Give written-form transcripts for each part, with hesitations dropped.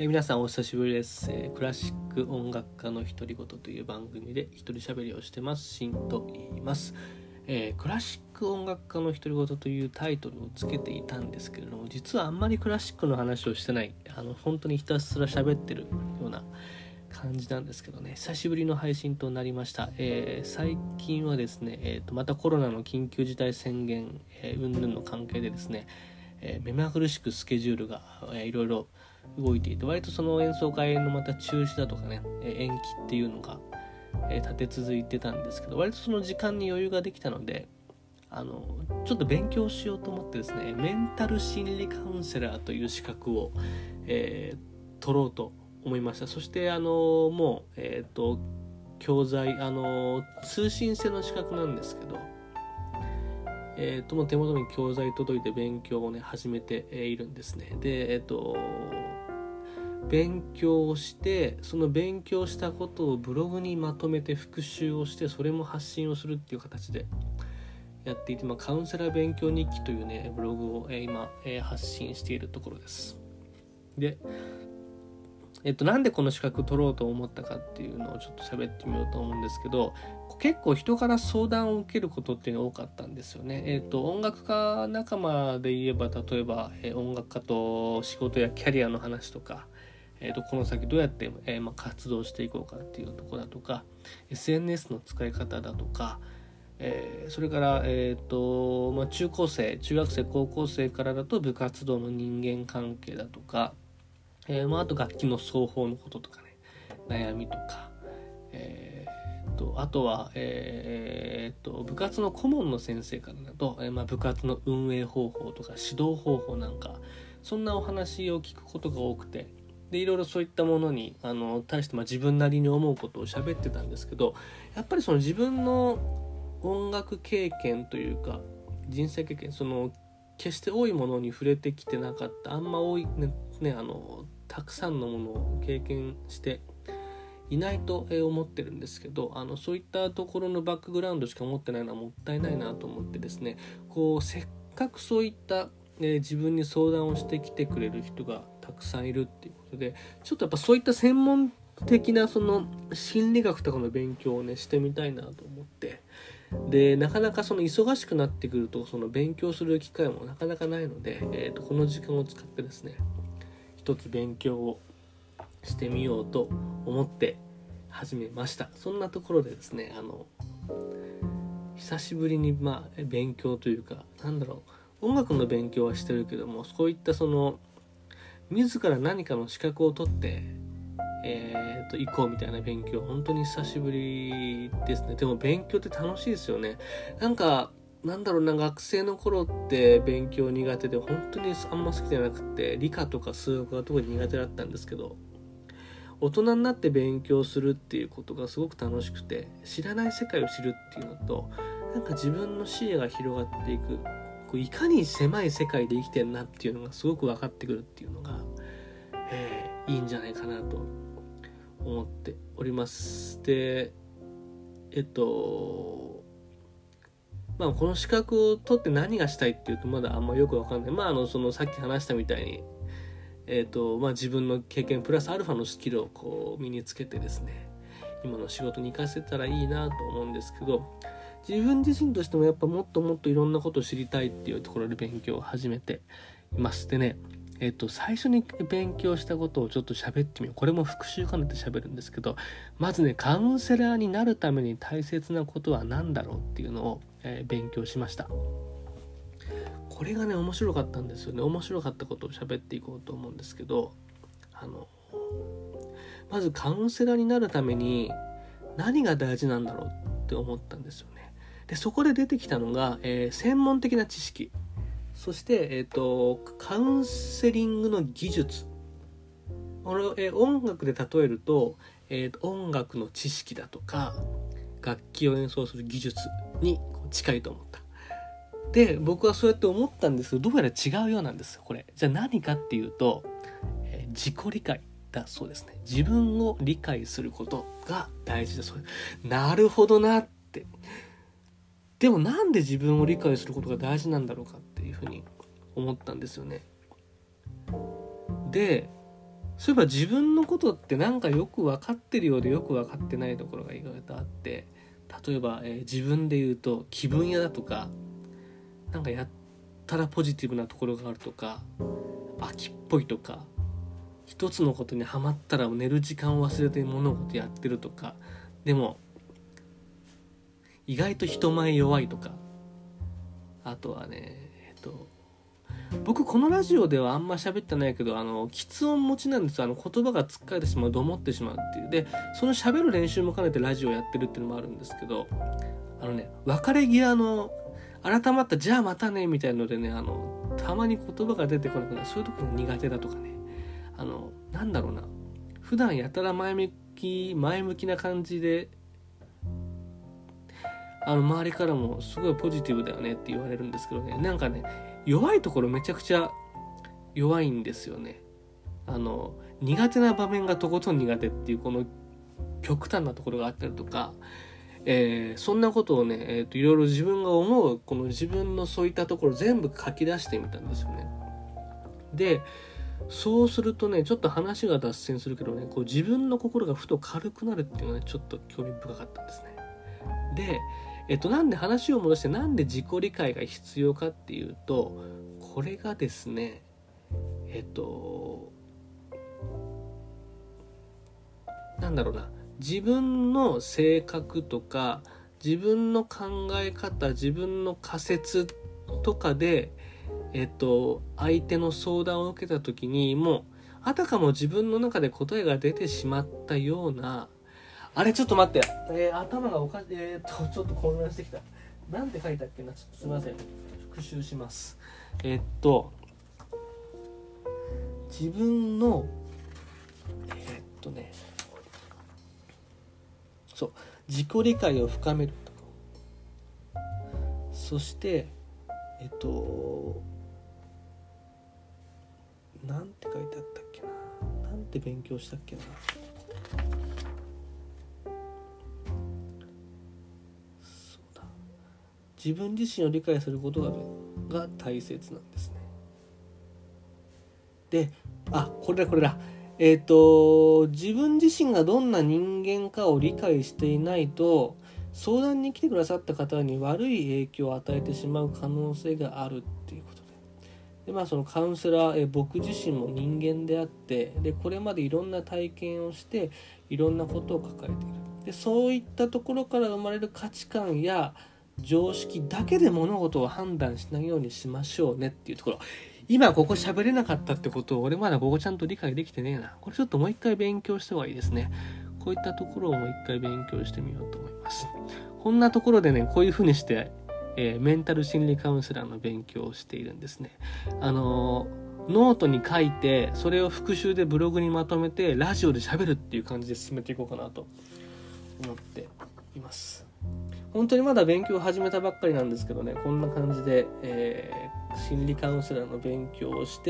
皆さんお久しぶりです。クラシック音楽家の独り言という番組で一人喋りをしてますシンと言います。クラシック音楽家の独り言というタイトルをつけていたんですけれども、実はあんまりクラシックの話をしてない、本当にひたすら喋ってるような感じなんですけどね、久しぶりの配信となりました。最近はですね、またコロナの緊急事態宣言云々の関係でですね、目まぐるしくスケジュールがいろいろ動いていて、割とその演奏会のまた中止だとかね、延期っていうのが立て続いてたんですけど、割とその時間に余裕ができたので、ちょっと勉強しようと思ってですね、メンタル心理カウンセラーという資格を、取ろうと思いました。そしてもう教材通信制の資格なんですけど、もう手元に教材届いて勉強をね始めているんですね。で勉強をして、その勉強したことをブログにまとめて復習をして、それも発信をするっていう形でやっていて、カウンセラー勉強日記というねブログを今発信しているところです。でなんでこの資格取ろうと思ったかっていうのをちょっと喋ってみようと思うんですけど、結構人から相談を受けることっていうのが多かったんですよね。音楽家仲間で言えば、例えば、音楽家と仕事やキャリアの話とか、この先どうやって、活動していこうかっていうところだとか、 SNS の使い方だとか、それから、中学生高校生からだと部活動の人間関係だとか、あと楽器の奏法のこととかね、悩みとか、あとは、部活の顧問の先生からだと、部活の運営方法とか指導方法なんか、そんなお話を聞くことが多くて、でいろいろそういったものに対して自分なりに思うことを喋ってたんですけど、やっぱりその自分の音楽経験というか人生経験、その決して多いものに触れてきてなかった、あんま多いねたくさんのものを経験していないと思ってるんですけど、そういったところのバックグラウンドしか持ってないのはもったいないなと思ってですね、せっかくそういった、自分に相談をしてきてくれる人がたくさんいるっていうことで、ちょっとやっぱそういった専門的なその心理学とかの勉強をねしてみたいなと思って、でなかなかその忙しくなってくるとその勉強する機会もなかなかないので、この時間を使ってですね一つ勉強をしてみようと思って始めました。そんなところでですね、久しぶりに勉強というか、音楽の勉強はしてるけども、そういったその自ら何かの資格を取って行こうみたいな勉強、本当に久しぶりですね。でも勉強って楽しいですよね。学生の頃って勉強苦手で本当にあんま好きじゃなくて、理科とか数学が特に苦手だったんですけど、大人になって勉強するっていうことがすごく楽しくて、知らない世界を知るっていうのと、自分の視野が広がっていく、いかに狭い世界で生きてるなっていうのがすごく分かってくるっていうのが、いいんじゃないかなと思っております。でこの資格を取って何がしたいっていうとまだあんまよくわかんない。そのさっき話したみたいに自分の経験プラスアルファのスキルを身につけてですね、今の仕事に活かせたらいいなと思うんですけど、自分自身としてもやっぱもっともっといろんなことを知りたいっていうところで勉強を始めています。でね、最初に勉強したことをちょっと喋ってみよう。これも復習兼ねて喋るんですけど、まずね、カウンセラーになるために大切なことは何だろうっていうのを、勉強しました。これがね面白かったんですよね。面白かったことを喋っていこうと思うんですけど、まずカウンセラーになるために何が大事なんだろうって思ったんですよね。でそこで出てきたのが、専門的な知識、そして、カウンセリングの技術。音楽で例えると、音楽の知識だとか楽器を演奏する技術に近いと思った。で僕はそうやって思ったんですけど、どうやら違うようなんですよ。これじゃあ何かっていうと、自己理解だそうですね。自分を理解することが大事だそうです。なるほどなって。でもなんで自分を理解することが大事なんだろうかっていうふうに思ったんですよね。でそういえば自分のことってなんかよく分かってるようでよく分かってないところが意外とあって、例えば、自分で言うと気分屋だとか、なんかやったらポジティブなところがあるとか、秋っぽいとか、一つのことにハマったら寝る時間を忘れて物事やってるとか、でも意外と人前弱いとか、あとはね僕このラジオではあんま喋ってないけど喫音持ちなんですよ。言葉がつっかえてしまう、どもってしまうっていう。でその喋る練習も兼ねてラジオやってるっていうのもあるんですけど、別れ際の改まったじゃあまたねみたいなのでね、たまに言葉が出てこなくなる、そういう時が苦手だとかね、なんだろうな、普段やたら前向きな感じで周りからもすごいポジティブだよねって言われるんですけどね、なんかね弱いところめちゃくちゃ弱いんですよね。苦手な場面がとことん苦手っていうこの極端なところがあったりとか、そんなことをね、いろいろ自分が思うこの自分のそういったところ全部書き出してみたんですよね。でそうするとね、ちょっと話が脱線するけどね、こう自分の心がふと軽くなるっていうのがねちょっと興味深かったんですね。でなんで話を戻してなんで自己理解が必要かっていうと、これがですねなんだろうな、自分の性格とか自分の考え方、自分の仮説とかで相手の相談を受けた時にもうあたかも自分の中で答えが出てしまったような、あれちょっと待って、頭がちょっと混乱してきた。なんて書いたっけな、ちょっとすみません、復習します。自分のそう自己理解を深めるとか、そしてなんて書いてあったっけな、なんて勉強したっけな、そうだ、自分自身を理解することが大切なんですね。でこれだ、自分自身がどんな人間かを理解していないと相談に来てくださった方に悪い影響を与えてしまう可能性があるっていうことで、そのカウンセラー、僕自身も人間であって、でこれまでいろんな体験をしていろんなことを抱えている。でそういったところから生まれる価値観や常識だけで物事を判断しないようにしましょうねっていうところ。今ここ喋れなかったってことを俺まだここちゃんと理解できてねえな。これちょっともう一回勉強した方がいいですね。こういったところをもう一回勉強してみようと思います。こんなところでね、こういう風にしてメンタル心理カウンセラーの勉強をしているんですね。ノートに書いてそれを復習でブログにまとめてラジオで喋るっていう感じで進めていこうかなと思っています。本当にまだ勉強を始めたばっかりなんですけどね、こんな感じで、心理カウンセラーの勉強をして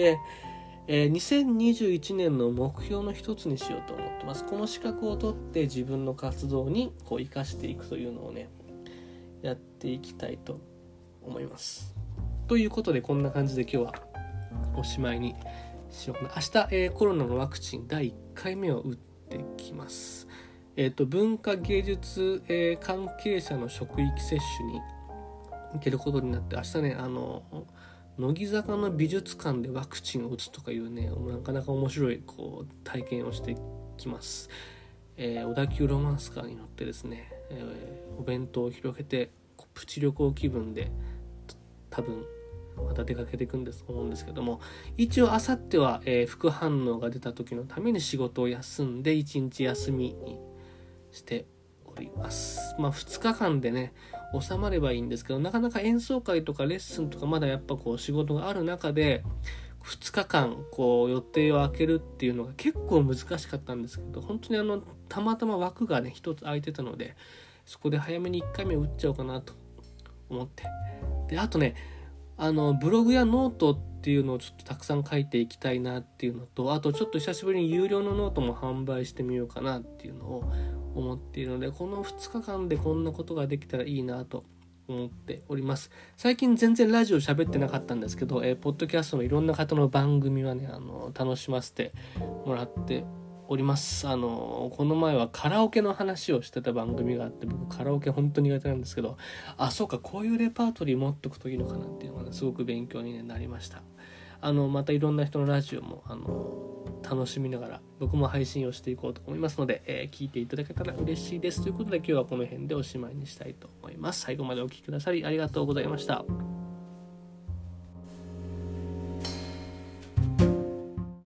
、2021年の目標の一つにしようと思ってます。この資格を取って自分の活動にこう生かしていくというのをねやっていきたいと思います。ということでこんな感じで今日はおしまいにしようかな。明日、コロナのワクチン第1回目を打ってきます。文化芸術、関係者の職域接種に行けることになって、明日ね乃木坂の美術館でワクチンを打つとかいうね、なかなか面白いこう体験をしてきます。小田急ロマンスカーに乗ってですね、お弁当を広げてプチ旅行気分で多分また出かけていくんですと思うんですけども、一応明後日は、副反応が出た時のために仕事を休んで1日休みにしております。2日間でね収まればいいんですけど、なかなか演奏会とかレッスンとかまだやっぱこう仕事がある中で2日間こう予定を空けるっていうのが結構難しかったんですけど、本当にたまたま枠がね一つ空いてたので、そこで早めに1回目打っちゃおうかなと思って、であとねブログやノートっていうのをちょっとたくさん書いていきたいなっていうのと、あとちょっと久しぶりに有料のノートも販売してみようかなっていうのを思っているので、この2日間でこんなことができたらいいなと思っております。最近全然ラジオ喋ってなかったんですけど、ポッドキャストのいろんな方の番組はね楽しませてもらっております。この前はカラオケの話をしてた番組があって、僕カラオケ本当に苦手なんですけど、そうか、こういうレパートリー持っとくといいのかなっていうのが、ね、すごく勉強に、なりました。またいろんな人のラジオも楽しみながら僕も配信をしていこうと思いますので、聞いていただけたら嬉しいです。ということで今日はこの辺でおしまいにしたいと思います。最後までお聞きくださりありがとうございました。